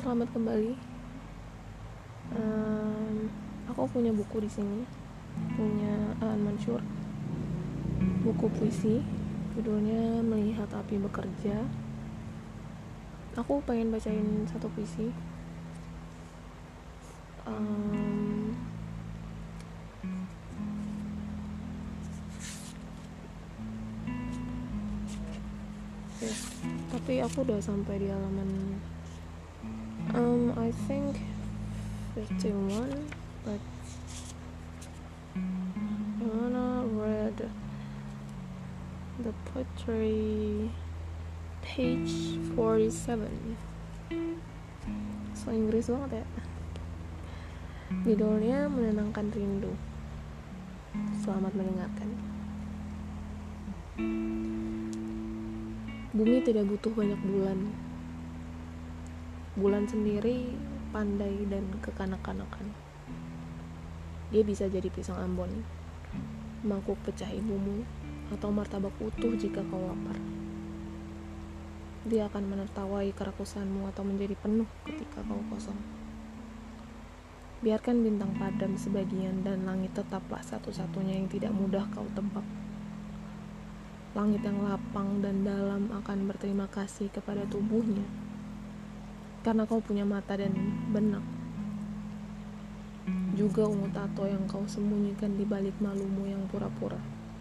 Selamat kembali. Aku punya buku di sini, punya Aan Mansur, buku puisi, judulnya Melihat Api Bekerja. Aku pengen bacain satu puisi. Tapi aku udah sampai di halaman I think 51, but I wanna read the poetry page 47. So Inggris banget ya. Judulnya Menenangkan Rindu. Selamat mendengarkan. Bumi tidak butuh banyak bulan. Bulan sendiri pandai dan kekanak-kanakan. Dia bisa jadi pisang Ambon, mangkuk pecah ibumu, atau martabak utuh jika kau lapar. Dia akan menertawai kerakusanmu atau menjadi penuh ketika kau kosong. Biarkan bintang padam sebagian dan langit tetaplah satu-satunya yang tidak mudah kau tebak. Langit yang lapang dan dalam akan berterima kasih kepada tubuhnya, karena kau punya mata dan benak. Juga ungu tato yang kau sembunyikan di balik malumu yang pura-pura.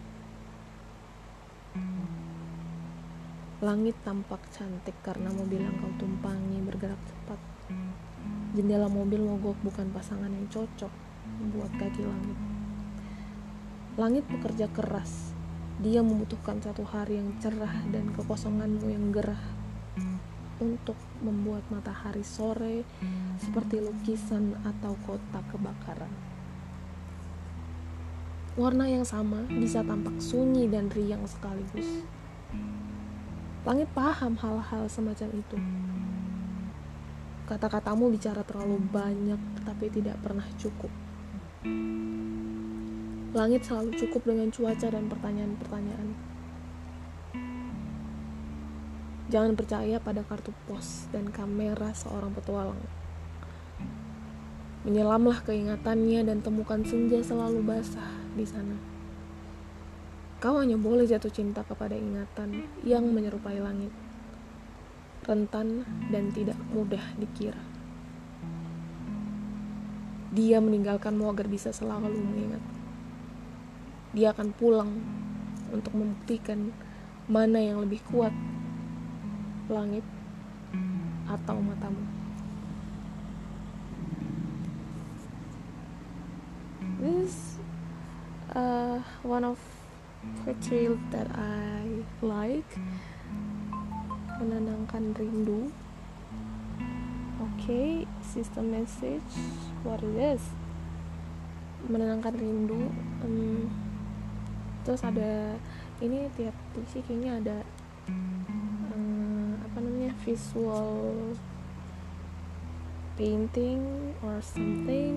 Langit tampak cantik karena mobil yang kau tumpangi bergerak cepat. Jendela mobil mogok bukan pasangan yang cocok buat kaki langit. Langit bekerja keras. Dia membutuhkan satu hari yang cerah dan kekosonganmu yang gerah untuk membuat matahari sore seperti lukisan atau kotak kebakaran. Warna yang sama bisa tampak sunyi dan riang sekaligus. Langit paham hal-hal semacam itu. Kata-katamu bicara terlalu banyak tapi tidak pernah cukup. Langit selalu cukup dengan cuaca dan pertanyaan-pertanyaan. Jangan percaya pada kartu pos dan kamera seorang petualang. Menyelamlah keingatannya dan temukan senja selalu basah di sana. Kau hanya boleh jatuh cinta kepada ingatan yang menyerupai langit, rentan dan tidak mudah dikira. Dia meninggalkanmu agar bisa selalu mengingat. Dia akan pulang untuk membuktikan mana yang lebih kuat, langit atau matamu. This one of poetry that I like. Menenangkan rindu. Okay, system message. What is this? Menenangkan rindu. Terus ada ini tiap puisi kayaknya ada visual painting or something.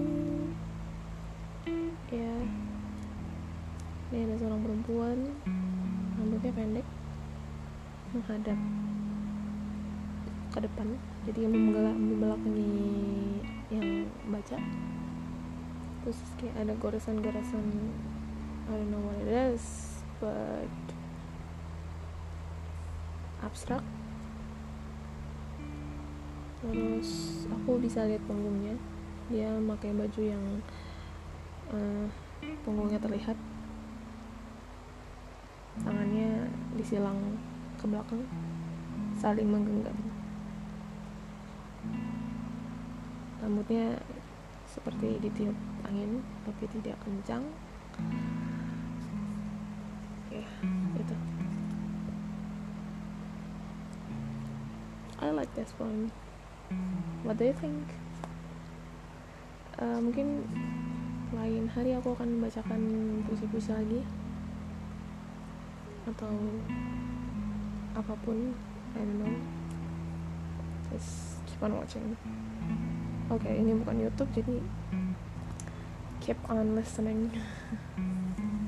Ya, ini ada seorang perempuan, rambutnya pendek, menghadap ke depan, jadi membelakangi yang baca. Terus kayak ada goresan-goresan, I don't know what it is, but abstrak. Terus aku bisa lihat punggungnya, dia pakai baju yang punggungnya terlihat, tangannya disilang ke belakang saling menggenggam. Rambutnya seperti ditiup angin tapi tidak kencang. Itu. I like this poem. What do you think? Mungkin lain hari aku akan membacakan puisi-puisi lagi atau apapun, I don't know. Just keep on watching. Okay, ini bukan YouTube, jadi keep on listening.